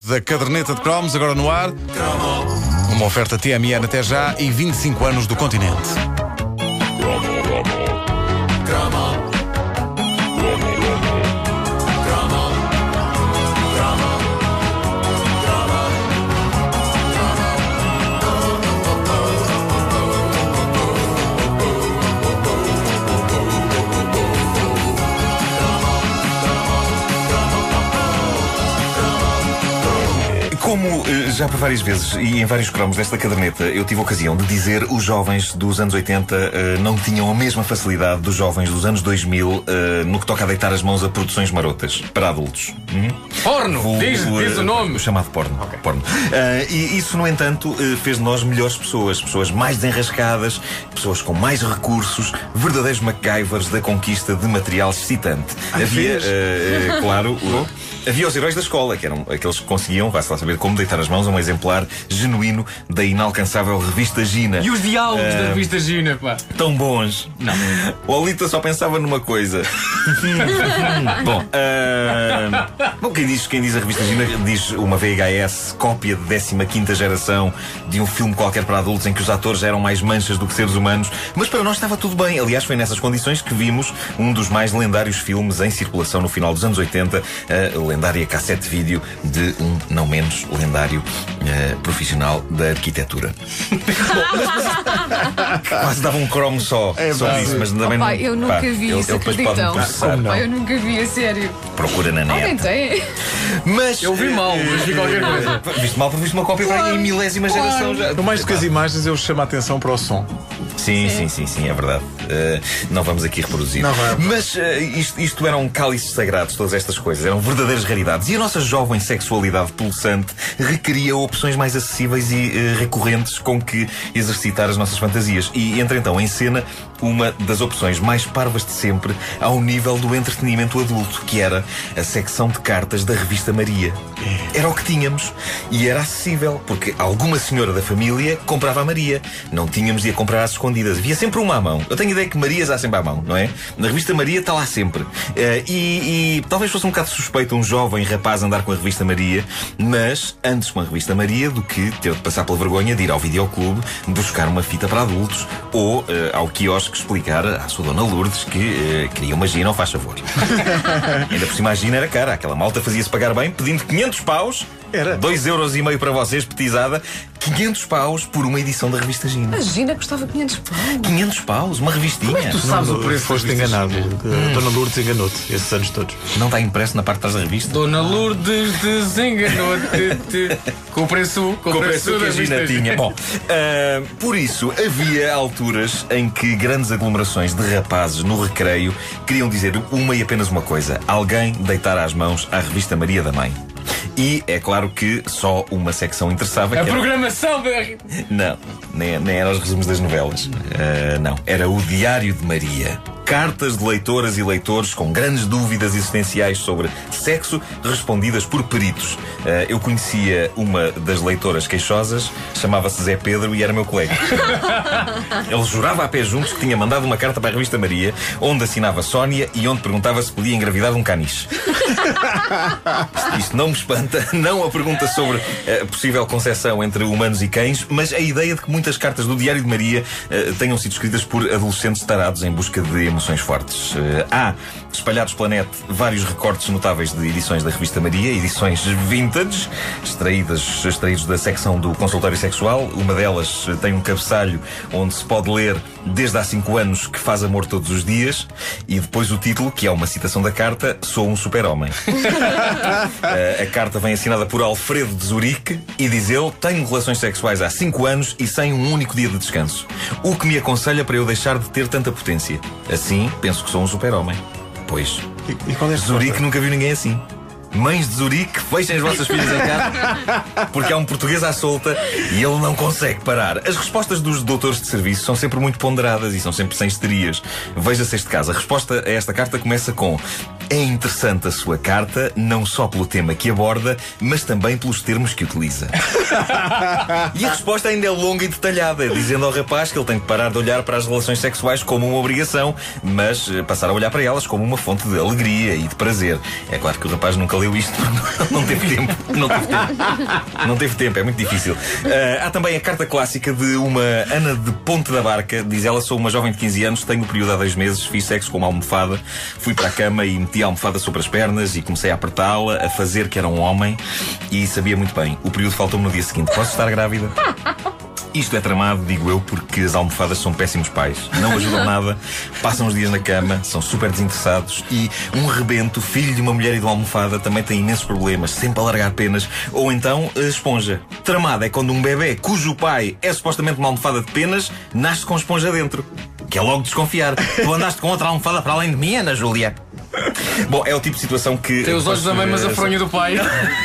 Da caderneta de cromos, agora no ar. Uma oferta TMN até já e 25 anos do continente. Como já por várias vezes e em vários cromos desta caderneta eu tive a ocasião de dizer, os jovens dos anos 80 não tinham a mesma facilidade dos jovens dos anos 2000 no que toca a deitar as mãos a produções marotas para adultos. Porno! Diz o nome! O chamado porno. Okay. Porno. E isso, no entanto, fez de nós melhores pessoas. Pessoas mais desenrascadas, pessoas com mais recursos, verdadeiros MacGyvers da conquista de material excitante. Havia, claro, havia os heróis da escola, que eram aqueles que conseguiam, vá-se lá saber como deitar as mãos a um exemplar genuíno da inalcançável revista Gina. E os diálogos da revista Gina, pá? Tão bons. Não. O Alita só pensava numa coisa. Bom, quem diz a revista Gina diz uma VHS cópia de 15ª geração de um filme qualquer para adultos em que os atores eram mais manchas do que seres humanos. Mas para nós estava tudo bem. Aliás, foi nessas condições que vimos um dos mais lendários filmes em circulação no final dos anos 80, a lendária cassete vídeo de um não menos lendário profissional da arquitetura. Quase dava um cromo só disso, mas também não. Eu nunca vi isso, acreditam? Eu nunca vi, a sério. Procura na net. Alguém tem? Mas eu vi mal, mas vi qualquer coisa. Viste mal porque viste uma cópia em milésima geração já. Mais do que as imagens, eu chamo a atenção para o som. Sim, é verdade. Não vamos aqui reproduzir. Mas isto eram cálices sagrados, todas estas coisas. Eram verdadeiras raridades. E a nossa jovem sexualidade pulsante requeria opções mais acessíveis e recorrentes com que exercitar as nossas fantasias. E entra então em cena uma das opções mais parvas de sempre ao nível do entretenimento adulto, que era a secção de cartas da revista Maria. Era o que tínhamos. E era acessível, porque alguma senhora da família comprava a Maria. Não tínhamos de a comprar às escondidas. Havia sempre uma à mão. Eu tenho ideia que Marias há sempre à mão, não é? Na revista Maria está lá sempre. E talvez fosse um bocado suspeito um jovem rapaz andar com a revista Maria, mas antes com a revista Maria do que ter de passar pela vergonha de ir ao videoclube buscar uma fita para adultos ou ao quiosque explicar à sua dona Lourdes que queria uma Gina, ou faz favor. Ainda por cima a Gina era cara. Aquela malta fazia-se pagar bem pedindo 500 paus. Era 2,5€ para vocês, petizada. 500 paus por uma edição da revista Gina. A Gina custava 500 paus. 500 paus, uma revistinha. Tu sabes o preço. Foste enganado. Dona Lourdes enganou-te esses anos todos. Não está impresso na parte de trás da revista? Dona Lourdes desenganou-te com o preço que a Gina tinha. Bom, por isso havia alturas em que grandes aglomerações de rapazes no recreio queriam dizer uma e apenas uma coisa: alguém deitar as mãos à revista Maria da Mãe. E é claro que só uma secção interessava. A programação da... Não, nem eram os resumos das novelas. Não, era o Diário de Maria. Cartas de leitoras e leitores com grandes dúvidas existenciais sobre sexo, respondidas por peritos. Eu conhecia uma das leitoras queixosas, chamava-se Zé Pedro e era meu colega. Ele jurava a pé juntos que tinha mandado uma carta para a revista Maria, onde assinava Sónia e onde perguntava se podia engravidar de um caniche. Isto não me espanta, não a pergunta sobre a possível concepção entre humanos e cães, mas a ideia de que muitas cartas do Diário de Maria tenham sido escritas por adolescentes tarados em busca de emoções fortes. Há, espalhados pela net, vários recortes notáveis de edições da revista Maria, edições vintage, extraídos da secção do consultório sexual. Uma delas tem um cabeçalho onde se pode ler desde há 5 anos que faz amor todos os dias, e depois o título, que é uma citação da carta: sou um super-homem. A carta vem assinada por Alfredo de Zurique e diz ele: tenho relações sexuais há 5 anos e sem um único dia de descanso. O que me aconselha para eu deixar de ter tanta potência? Assim, penso que sou um super-homem. Pois, e qual é Zurique nunca viu ninguém assim. Mães de Zurique, fechem as vossas filhas em casa, porque há um português à solta e ele não consegue parar. As respostas dos doutores de serviço são sempre muito ponderadas e são sempre sem histerias. Veja-se este caso. A resposta a esta carta começa com: É interessante a sua carta, não só pelo tema que aborda, mas também pelos termos que utiliza. E a resposta ainda é longa e detalhada, dizendo ao rapaz que ele tem que parar de olhar para as relações sexuais como uma obrigação, mas passar a olhar para elas como uma fonte de alegria e de prazer. É claro que o rapaz nunca leu isto, não teve tempo. Não teve tempo, é muito difícil. Há também a carta clássica de uma Ana de Ponte da Barca. Diz ela: sou uma jovem de 15 anos, tenho o período há 2 meses, fiz sexo com uma almofada, fui para a cama e meti a almofada sobre as pernas e comecei a apertá-la, a fazer que era um homem, e sabia muito bem. O período faltou-me no dia seguinte. Posso estar grávida? Isto é tramado, digo eu, porque as almofadas são péssimos pais. Não ajudam nada, passam os dias na cama, são super desinteressados e um rebento, filho de uma mulher e de uma almofada, também tem imensos problemas, sempre a largar penas. Ou então, a esponja. Tramado é quando um bebê cujo pai é supostamente uma almofada de penas, nasce com esponja dentro. Que é logo desconfiar. Tu andaste com outra almofada para além de mim, Ana Júlia? Bom, é o tipo de situação que... Tem os olhos da mãe, mas a fronha do pai.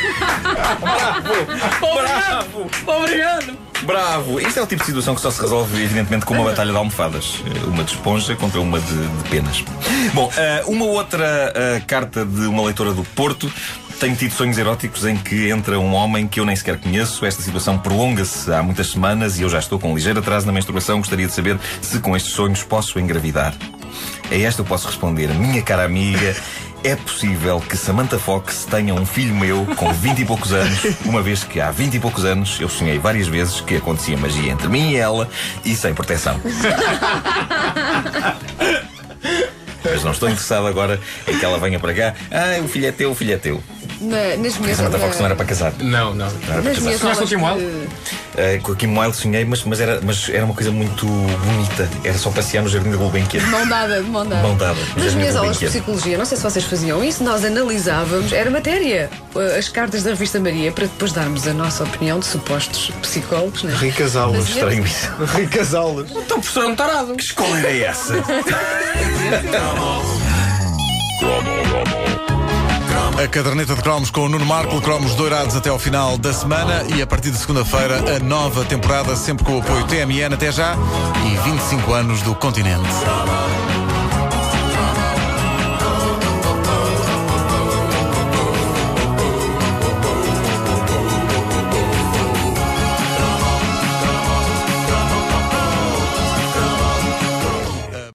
Bravo! Obrigado! Bravo! Isto é o tipo de situação que só se resolve, evidentemente, com uma batalha de almofadas. Uma de esponja contra uma de penas. Bom, uma outra carta de uma leitora do Porto. Tenho tido sonhos eróticos em que entra um homem que eu nem sequer conheço. Esta situação prolonga-se há muitas semanas e eu já estou com um ligeiro atraso na menstruação. Gostaria de saber se com estes sonhos posso engravidar. A esta eu posso responder: minha cara amiga, é possível que Samantha Fox tenha um filho meu com 20 e poucos anos, uma vez que há 20 e poucos anos eu sonhei várias vezes que acontecia magia entre mim e ela e sem proteção. Mas não estou interessado agora em que ela venha para cá. O filho é teu, o filho é teu. Nas minhas Samantha Fox não era para casar. Não. Sonhaste com o Kim Wilde? Com a Kim Wilde sonhei, mas era uma coisa muito bonita. Era só passear no Jardim da Gulbenkian. De mão dada. Mão dada. Nas minhas aulas de psicologia, não sei se vocês faziam isso, nós analisávamos, era matéria, as cartas da revista Maria, para depois darmos a nossa opinião de supostos psicólogos, né? Ricas aulas. Estranho isso. Ricas aulas. Então o professor é um tarado. Que escola era essa? A caderneta de cromos com o Nuno Marco, cromos dourados até ao final da semana e a partir de segunda-feira a nova temporada, sempre com o apoio TMN. Até já, e 25 anos do Continente.